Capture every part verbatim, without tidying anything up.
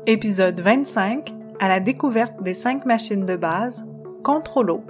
Épisode vingt-cinq, à la découverte des cinq machines de base, Controllo.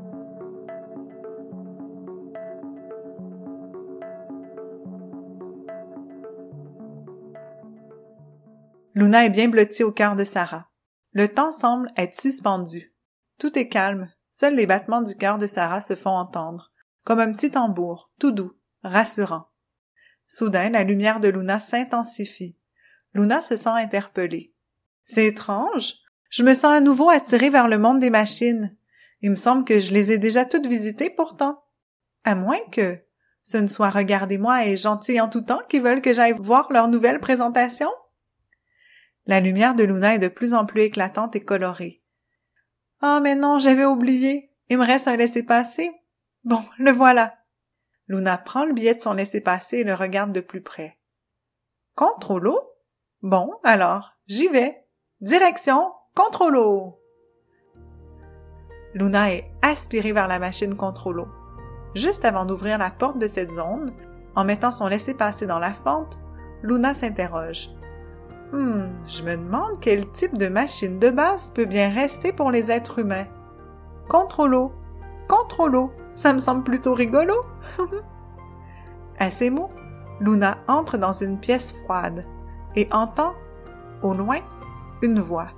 Luna est bien blottie au cœur de Sarah. Le temps semble être suspendu. Tout est calme, seuls les battements du cœur de Sarah se font entendre, comme un petit tambour, tout doux, rassurant. Soudain, la lumière de Luna s'intensifie. Luna se sent interpellée. C'est étrange. Je me sens à nouveau attirée vers le monde des machines. Il me semble que je les ai déjà toutes visitées pourtant. À moins que ce ne soit Regardez-moi et Gentil en tout temps qui veulent que j'aille voir leur nouvelle présentation. La lumière de Luna est de plus en plus éclatante et colorée. Ah, mais non, j'avais oublié. Il me reste un laissez-passer. Bon, le voilà. Luna prend le billet de son laissez-passer et le regarde de plus près. Controllo? Bon, alors, j'y vais. Direction Controllo! Luna est aspirée vers la machine Controllo. Juste avant d'ouvrir la porte de cette zone, en mettant son laissez-passer dans la fente, Luna s'interroge. Hmm, je me demande quel type de machine de base peut bien rester pour les êtres humains. Controllo! Controllo! Ça me semble plutôt rigolo! À ces mots, Luna entre dans une pièce froide et entend, au loin, une voix.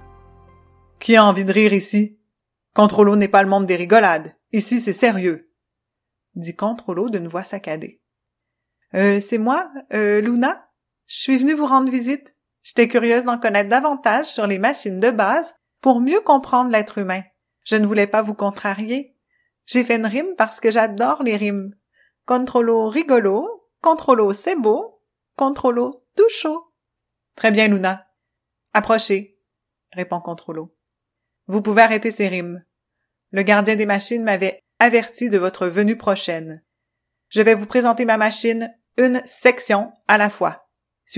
« Qui a envie de rire ici? Controllo n'est pas le monde des rigolades. Ici, c'est sérieux. » dit Controllo d'une voix saccadée. « Euh, c'est moi, euh, Luna. Je suis venue vous rendre visite. J'étais curieuse d'en connaître davantage sur les machines de base pour mieux comprendre l'être humain. Je ne voulais pas vous contrarier. J'ai fait une rime parce que j'adore les rimes. Controllo rigolo, Controllo c'est beau, Controllo tout chaud. »« Très bien, Luna. Approchez, » répond Controllo. « Vous pouvez arrêter ces rimes. Le gardien des machines m'avait averti de votre venue prochaine. Je vais vous présenter ma machine, une section à la fois. Suivez-moi. »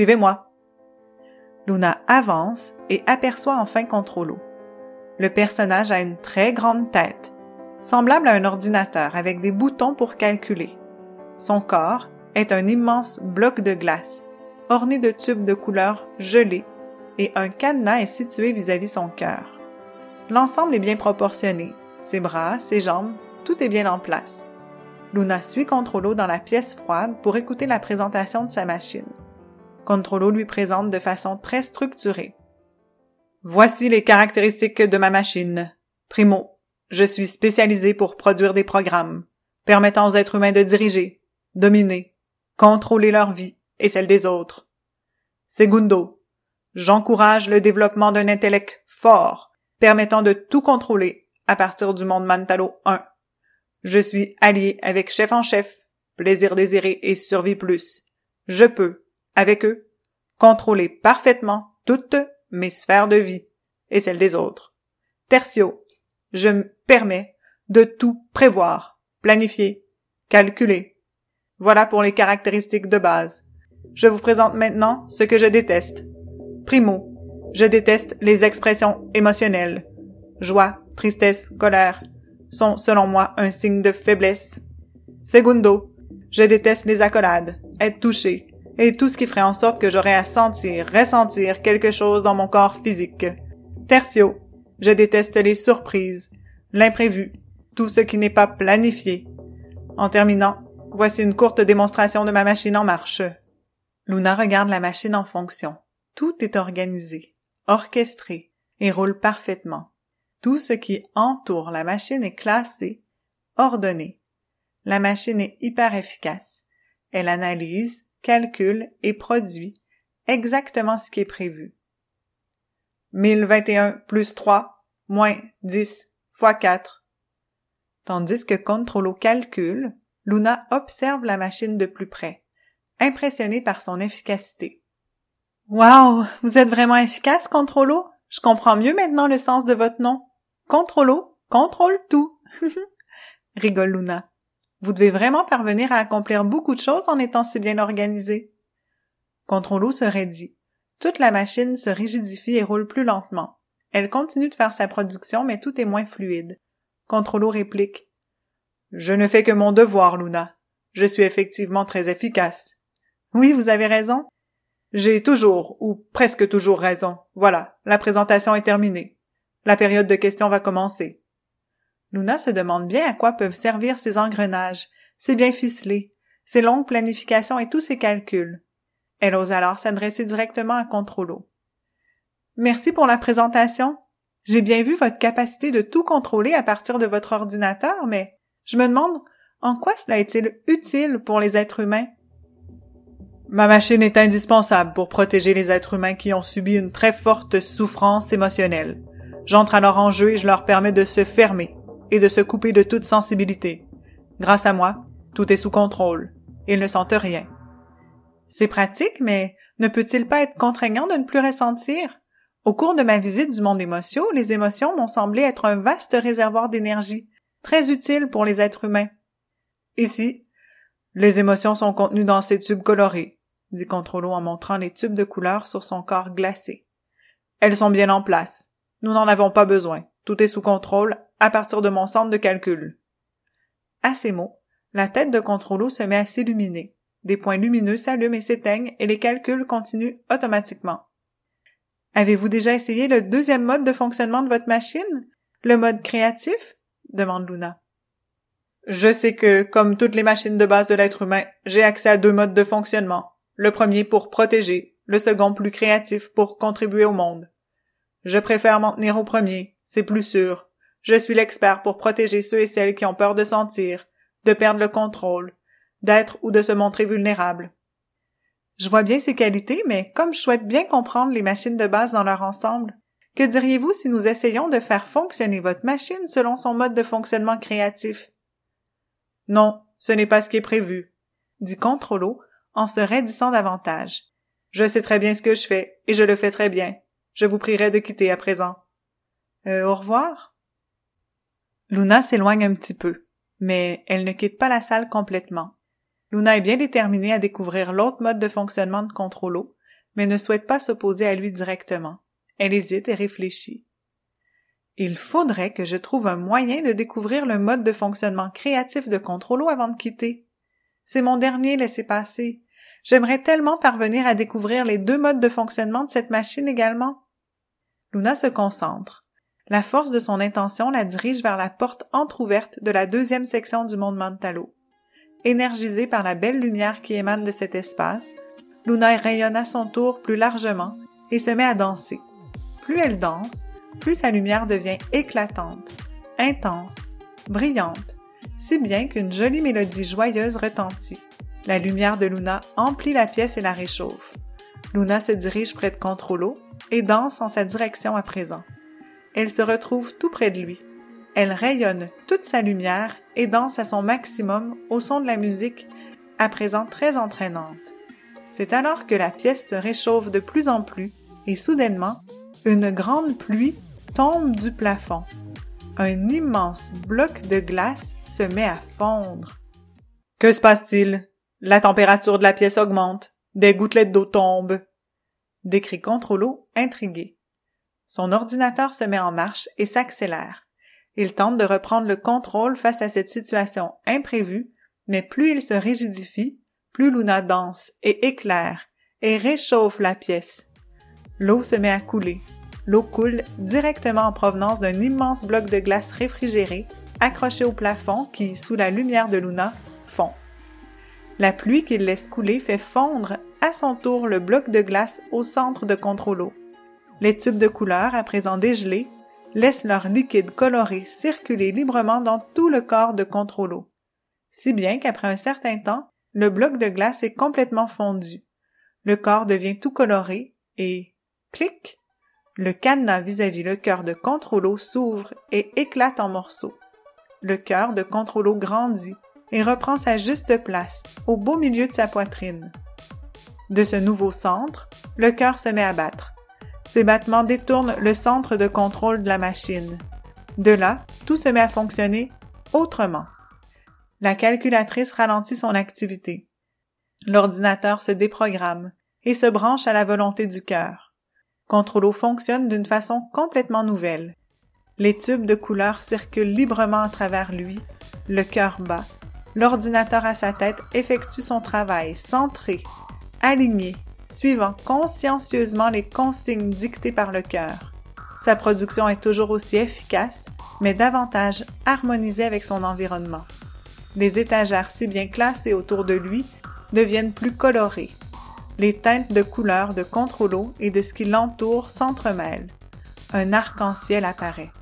Luna avance et aperçoit enfin Controllo. Le personnage a une très grande tête, semblable à un ordinateur avec des boutons pour calculer. Son corps est un immense bloc de glace, orné de tubes de couleur gelée, et un cadenas est situé vis-à-vis son cœur. L'ensemble est bien proportionné, ses bras, ses jambes, tout est bien en place. Luna suit Controllo dans la pièce froide pour écouter la présentation de sa machine. Controllo lui présente de façon très structurée. « Voici les caractéristiques de ma machine. Primo, je suis spécialisé pour produire des programmes, permettant aux êtres humains de diriger, dominer, contrôler leur vie et celle des autres. Segundo, j'encourage le développement d'un intellect fort, permettant de tout contrôler à partir du monde Mantalo un. Je suis allié avec Chef en Chef, Plaisir Désiré et Survie Plus. Je peux, avec eux, contrôler parfaitement toutes mes sphères de vie et celles des autres. Tertio, je me permets de tout prévoir, planifier, calculer. Voilà pour les caractéristiques de base. Je vous présente maintenant ce que je déteste. Primo, je déteste les expressions émotionnelles. Joie, tristesse, colère sont, selon moi, un signe de faiblesse. Segundo, je déteste les accolades, être touché, et tout ce qui ferait en sorte que j'aurais à sentir, ressentir quelque chose dans mon corps physique. Tertio, je déteste les surprises, l'imprévu, tout ce qui n'est pas planifié. En terminant, voici une courte démonstration de ma machine en marche. » Luna regarde la machine en fonction. Tout est organisé, orchestré et roule parfaitement. Tout ce qui entoure la machine est classé, ordonné. La machine est hyper efficace. Elle analyse, calcule et produit exactement ce qui est prévu. mille vingt et un plus trois, moins dix, fois quatre. Tandis que Controllo calcule, Luna observe la machine de plus près, impressionnée par son efficacité. « Wow! Vous êtes vraiment efficace, Controllo? Je comprends mieux maintenant le sens de votre nom. Controllo contrôle tout! » rigole Luna. « Vous devez vraiment parvenir à accomplir beaucoup de choses en étant si bien organisé. » Controllo se raidit. Toute la machine se rigidifie et roule plus lentement. Elle continue de faire sa production, mais tout est moins fluide. Controllo réplique. « Je ne fais que mon devoir, Luna. Je suis effectivement très efficace. »« Oui, vous avez raison. J'ai toujours, ou presque toujours raison. Voilà, la présentation est terminée. La période de questions va commencer. Luna se demande bien à quoi peuvent servir ces engrenages, ces bien ficelés, ces longues planifications et tous ces calculs. Elle ose alors s'adresser directement à Controllo. « Merci pour la présentation. J'ai bien vu votre capacité de tout contrôler à partir de votre ordinateur, mais je me demande en quoi cela est-il utile pour les êtres humains? » Ma machine est indispensable pour protéger les êtres humains qui ont subi une très forte souffrance émotionnelle. J'entre alors en jeu et je leur permets de se fermer et de se couper de toute sensibilité. Grâce à moi, tout est sous contrôle. Ils ne sentent rien. C'est pratique, mais ne peut-il pas être contraignant de ne plus ressentir? Au cours de ma visite du monde émotionnel, les émotions m'ont semblé être un vaste réservoir d'énergie, très utile pour les êtres humains. Ici, les émotions sont contenues dans ces tubes colorés, dit Controllo en montrant les tubes de couleur sur son corps glacé. Elles sont bien en place. Nous n'en avons pas besoin. Tout est sous contrôle à partir de mon centre de calcul. À ces mots, la tête de Controllo se met à s'illuminer. Des points lumineux s'allument et s'éteignent et les calculs continuent automatiquement. Avez-vous déjà essayé le deuxième mode de fonctionnement de votre machine? Le mode créatif? Demande Luna. Je sais que, comme toutes les machines de base de l'être humain, j'ai accès à deux modes de fonctionnement. Le premier pour protéger, le second plus créatif pour contribuer au monde. Je préfère m'en tenir au premier, c'est plus sûr. Je suis l'expert pour protéger ceux et celles qui ont peur de sentir, de perdre le contrôle, d'être ou de se montrer vulnérables. Je vois bien ces qualités, mais comme je souhaite bien comprendre les machines de base dans leur ensemble, que diriez-vous si nous essayions de faire fonctionner votre machine selon son mode de fonctionnement créatif? Non, ce n'est pas ce qui est prévu, dit Controllo en se raidissant davantage. Je sais très bien ce que je fais, et je le fais très bien. Je vous prierai de quitter à présent. Euh, au revoir? Luna s'éloigne un petit peu, mais elle ne quitte pas la salle complètement. Luna est bien déterminée à découvrir l'autre mode de fonctionnement de Controllo, mais ne souhaite pas s'opposer à lui directement. Elle hésite et réfléchit. Il faudrait que je trouve un moyen de découvrir le mode de fonctionnement créatif de Controllo avant de quitter. C'est mon dernier laissez-passer. J'aimerais tellement parvenir à découvrir les deux modes de fonctionnement de cette machine également. Luna se concentre. La force de son intention la dirige vers la porte entr'ouverte de la deuxième section du monde Mantalo. Énergisée par la belle lumière qui émane de cet espace, Luna rayonne à son tour plus largement et se met à danser. Plus elle danse, plus sa lumière devient éclatante, intense, brillante, si bien qu'une jolie mélodie joyeuse retentit. La lumière de Luna emplit la pièce et la réchauffe. Luna se dirige près de Controllo et danse en sa direction à présent. Elle se retrouve tout près de lui. Elle rayonne toute sa lumière et danse à son maximum au son de la musique, à présent très entraînante. C'est alors que la pièce se réchauffe de plus en plus et soudainement, une grande pluie tombe du plafond. Un immense bloc de glace se met à fondre. « Que se passe-t-il? La température de la pièce augmente. Des gouttelettes d'eau tombent. » décrit Controllo, intrigué. Son ordinateur se met en marche et s'accélère. Il tente de reprendre le contrôle face à cette situation imprévue, mais plus il se rigidifie, plus Luna danse et éclaire et réchauffe la pièce. L'eau se met à couler. L'eau coule directement en provenance d'un immense bloc de glace réfrigéré, accroché au plafond qui, sous la lumière de Luna, fond. La pluie qu'il laisse couler fait fondre à son tour le bloc de glace au centre de Controllo. Les tubes de couleur, à présent dégelés, laissent leur liquide coloré circuler librement dans tout le corps de Controllo. Si bien qu'après un certain temps, le bloc de glace est complètement fondu. Le corps devient tout coloré et, clic, le cadenas vis-à-vis le cœur de Controllo s'ouvre et éclate en morceaux. Le cœur de Controllo grandit et reprend sa juste place, au beau milieu de sa poitrine. De ce nouveau centre, le cœur se met à battre. Ces battements détournent le centre de contrôle de la machine. De là, tout se met à fonctionner autrement. La calculatrice ralentit son activité. L'ordinateur se déprogramme et se branche à la volonté du cœur. Controllo fonctionne d'une façon complètement nouvelle. Les tubes de couleur circulent librement à travers lui, le cœur bat. L'ordinateur à sa tête effectue son travail centré, aligné, suivant consciencieusement les consignes dictées par le cœur. Sa production est toujours aussi efficace, mais davantage harmonisée avec son environnement. Les étagères si bien classées autour de lui deviennent plus colorées. Les teintes de couleurs de Contrôlo et de ce qui l'entoure s'entremêlent. Un arc-en-ciel apparaît.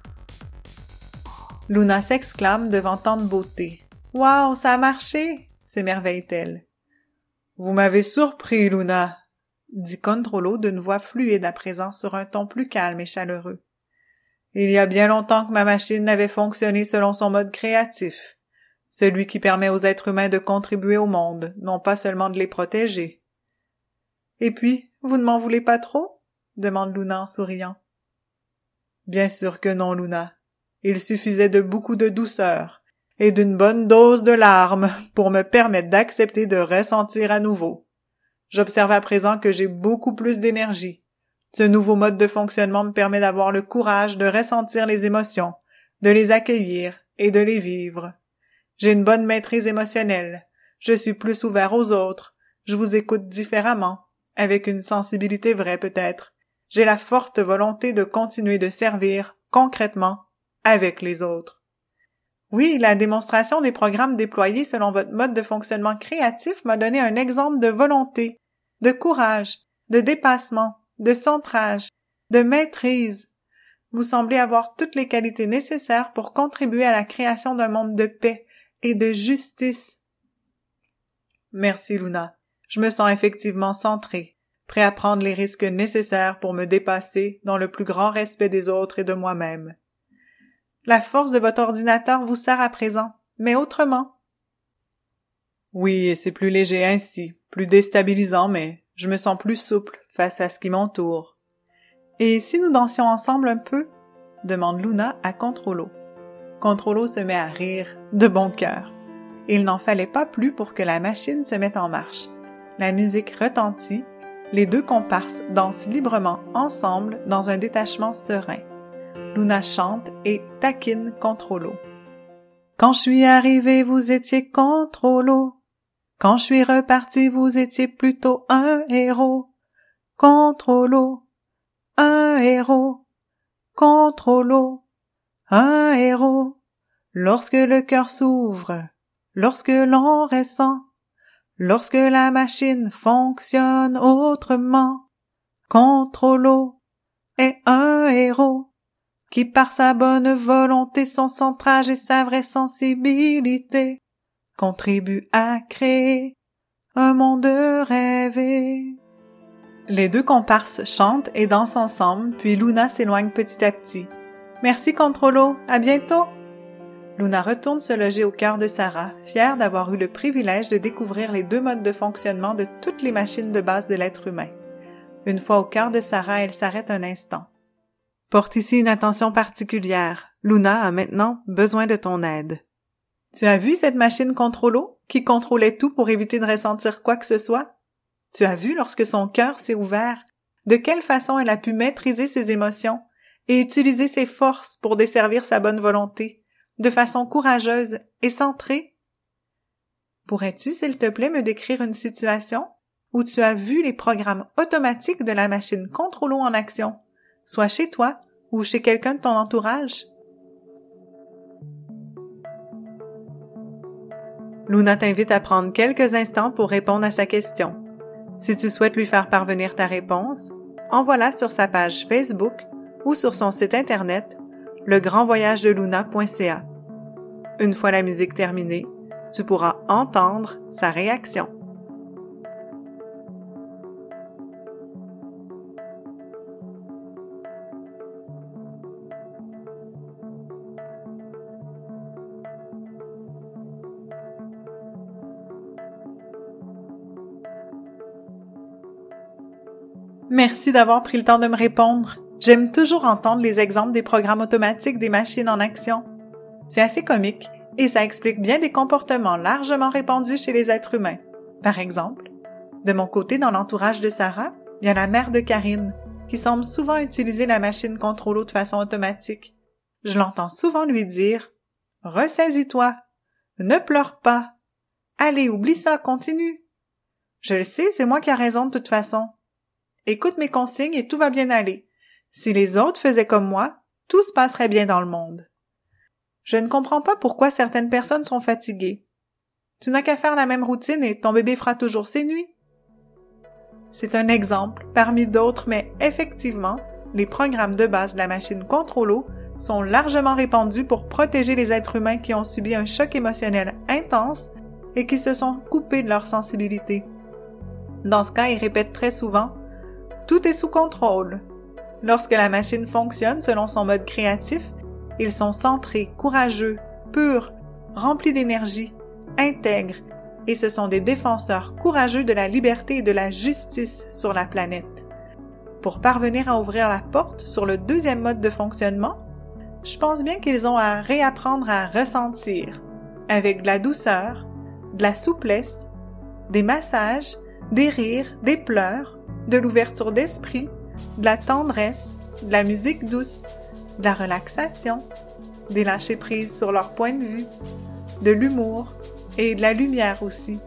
Luna s'exclame devant tant de beauté. « Wow, ça a marché! » s'émerveille-t-elle. « Vous m'avez surpris, Luna !» dit Contrôlo d'une voix fluide à présent sur un ton plus calme et chaleureux. « Il y a bien longtemps que ma machine n'avait fonctionné selon son mode créatif, celui qui permet aux êtres humains de contribuer au monde, non pas seulement de les protéger. » « Et puis, vous ne m'en voulez pas trop? » demande Luna en souriant. « Bien sûr que non, Luna. Il suffisait de beaucoup de douceur et d'une bonne dose de larmes pour me permettre d'accepter de ressentir à nouveau. J'observe à présent que j'ai beaucoup plus d'énergie. Ce nouveau mode de fonctionnement me permet d'avoir le courage de ressentir les émotions, de les accueillir et de les vivre. J'ai une bonne maîtrise émotionnelle. Je suis plus ouvert aux autres. Je vous écoute différemment. Avec une sensibilité vraie peut-être. J'ai la forte volonté de continuer de servir, concrètement, avec les autres. Oui, la démonstration des programmes déployés selon votre mode de fonctionnement créatif m'a donné un exemple de volonté, de courage, de dépassement, de centrage, de maîtrise. Vous semblez avoir toutes les qualités nécessaires pour contribuer à la création d'un monde de paix et de justice. Merci, Luna. Je me sens effectivement centré, prêt à prendre les risques nécessaires pour me dépasser dans le plus grand respect des autres et de moi-même. La force de votre ordinateur vous sert à présent, mais autrement. Oui, et c'est plus léger ainsi, plus déstabilisant, mais je me sens plus souple face à ce qui m'entoure. Et si nous dansions ensemble un peu? Demande Luna à Contrôlo. Contrôlo se met à rire, de bon cœur. Il n'en fallait pas plus pour que la machine se mette en marche. La musique retentit, les deux comparses dansent librement ensemble dans un détachement serein. Luna chante et taquine Contrôlo. Quand je suis arrivé, vous étiez Contrôlo. Quand je suis reparti, vous étiez plutôt un héros. Contrôlo, un héros. Contrôlo, un héros. Lorsque le cœur s'ouvre, lorsque l'on ressent, lorsque la machine fonctionne autrement, Contrôlo est un héros qui par sa bonne volonté, son centrage et sa vraie sensibilité contribue à créer un monde rêvé. Les deux comparses chantent et dansent ensemble, puis Luna s'éloigne petit à petit. Merci Contrôlo, à bientôt! Luna retourne se loger au cœur de Sarah, fière d'avoir eu le privilège de découvrir les deux modes de fonctionnement de toutes les machines de base de l'être humain. Une fois au cœur de Sarah, elle s'arrête un instant. Porte ici une attention particulière. Luna a maintenant besoin de ton aide. Tu as vu cette machine Contrôlo, qui contrôlait tout pour éviter de ressentir quoi que ce soit? Tu as vu lorsque son cœur s'est ouvert, de quelle façon elle a pu maîtriser ses émotions et utiliser ses forces pour desservir sa bonne volonté, de façon courageuse et centrée? Pourrais-tu, s'il te plaît, me décrire une situation où tu as vu les programmes automatiques de la machine Contrôlo en action, soit chez toi ou chez quelqu'un de ton entourage? Luna t'invite à prendre quelques instants pour répondre à sa question. Si tu souhaites lui faire parvenir ta réponse, envoie-la sur sa page Facebook ou sur son site internet le grand voyage de luna point c a. Une fois la musique terminée, tu pourras entendre sa réaction. Merci d'avoir pris le temps de me répondre. J'aime toujours entendre les exemples des programmes automatiques des machines en action. C'est assez comique et ça explique bien des comportements largement répandus chez les êtres humains. Par exemple, de mon côté, dans l'entourage de Sarah, il y a la mère de Karine, qui semble souvent utiliser la machine Contrôlo de façon automatique. Je l'entends souvent lui dire « Ressaisis-toi, ne pleure pas, allez, oublie ça, continue. » Je le sais, c'est moi qui ai raison de toute façon. Écoute mes consignes et tout va bien aller. Si les autres faisaient comme moi, tout se passerait bien dans le monde. Je ne comprends pas pourquoi certaines personnes sont fatiguées. Tu n'as qu'à faire la même routine et ton bébé fera toujours ses nuits. C'est un exemple parmi d'autres, mais effectivement, les programmes de base de la machine Contrôlo sont largement répandus pour protéger les êtres humains qui ont subi un choc émotionnel intense et qui se sont coupés de leur sensibilité. Dans ce cas, ils répètent très souvent « Tout est sous contrôle ». Lorsque la machine fonctionne selon son mode créatif, ils sont centrés, courageux, purs, remplis d'énergie, intègres, et ce sont des défenseurs courageux de la liberté et de la justice sur la planète. Pour parvenir à ouvrir la porte sur le deuxième mode de fonctionnement, je pense bien qu'ils ont à réapprendre à ressentir, avec de la douceur, de la souplesse, des massages, des rires, des pleurs, de l'ouverture d'esprit, de la tendresse, de la musique douce, de la relaxation, des lâcher-prise sur leur point de vue, de l'humour et de la lumière aussi.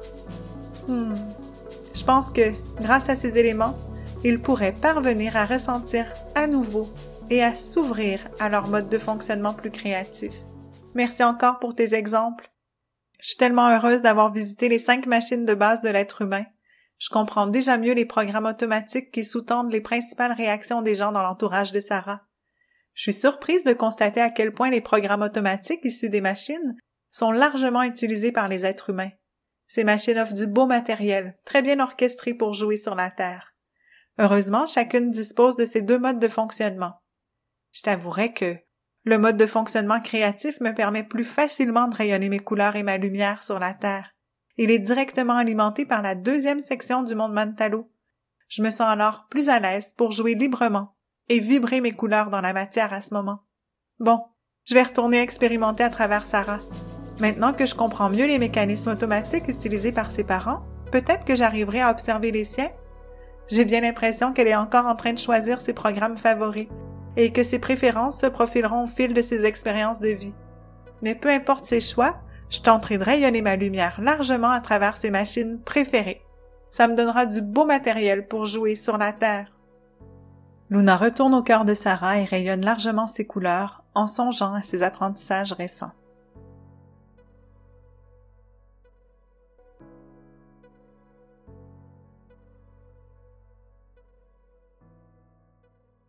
Hmm. Je pense que, grâce à ces éléments, ils pourraient parvenir à ressentir à nouveau et à s'ouvrir à leur mode de fonctionnement plus créatif. Merci encore pour tes exemples. Je suis tellement heureuse d'avoir visité les cinq machines de base de l'être humain. Je comprends déjà mieux les programmes automatiques qui sous-tendent les principales réactions des gens dans l'entourage de Sarah. Je suis surprise de constater à quel point les programmes automatiques issus des machines sont largement utilisés par les êtres humains. Ces machines offrent du beau matériel, très bien orchestré pour jouer sur la Terre. Heureusement, chacune dispose de ces deux modes de fonctionnement. Je t'avouerai que le mode de fonctionnement créatif me permet plus facilement de rayonner mes couleurs et ma lumière sur la Terre. Il est directement alimenté par la deuxième section du monde Mantalo. Je me sens alors plus à l'aise pour jouer librement et vibrer mes couleurs dans la matière à ce moment. Bon, je vais retourner expérimenter à travers Sarah. Maintenant que je comprends mieux les mécanismes automatiques utilisés par ses parents, peut-être que j'arriverai à observer les siens. J'ai bien l'impression qu'elle est encore en train de choisir ses programmes favoris et que ses préférences se profileront au fil de ses expériences de vie. Mais peu importe ses choix, je tenterai de rayonner ma lumière largement à travers ses machines préférées. Ça me donnera du beau matériel pour jouer sur la Terre. Luna retourne au cœur de Sarah et rayonne largement ses couleurs en songeant à ses apprentissages récents.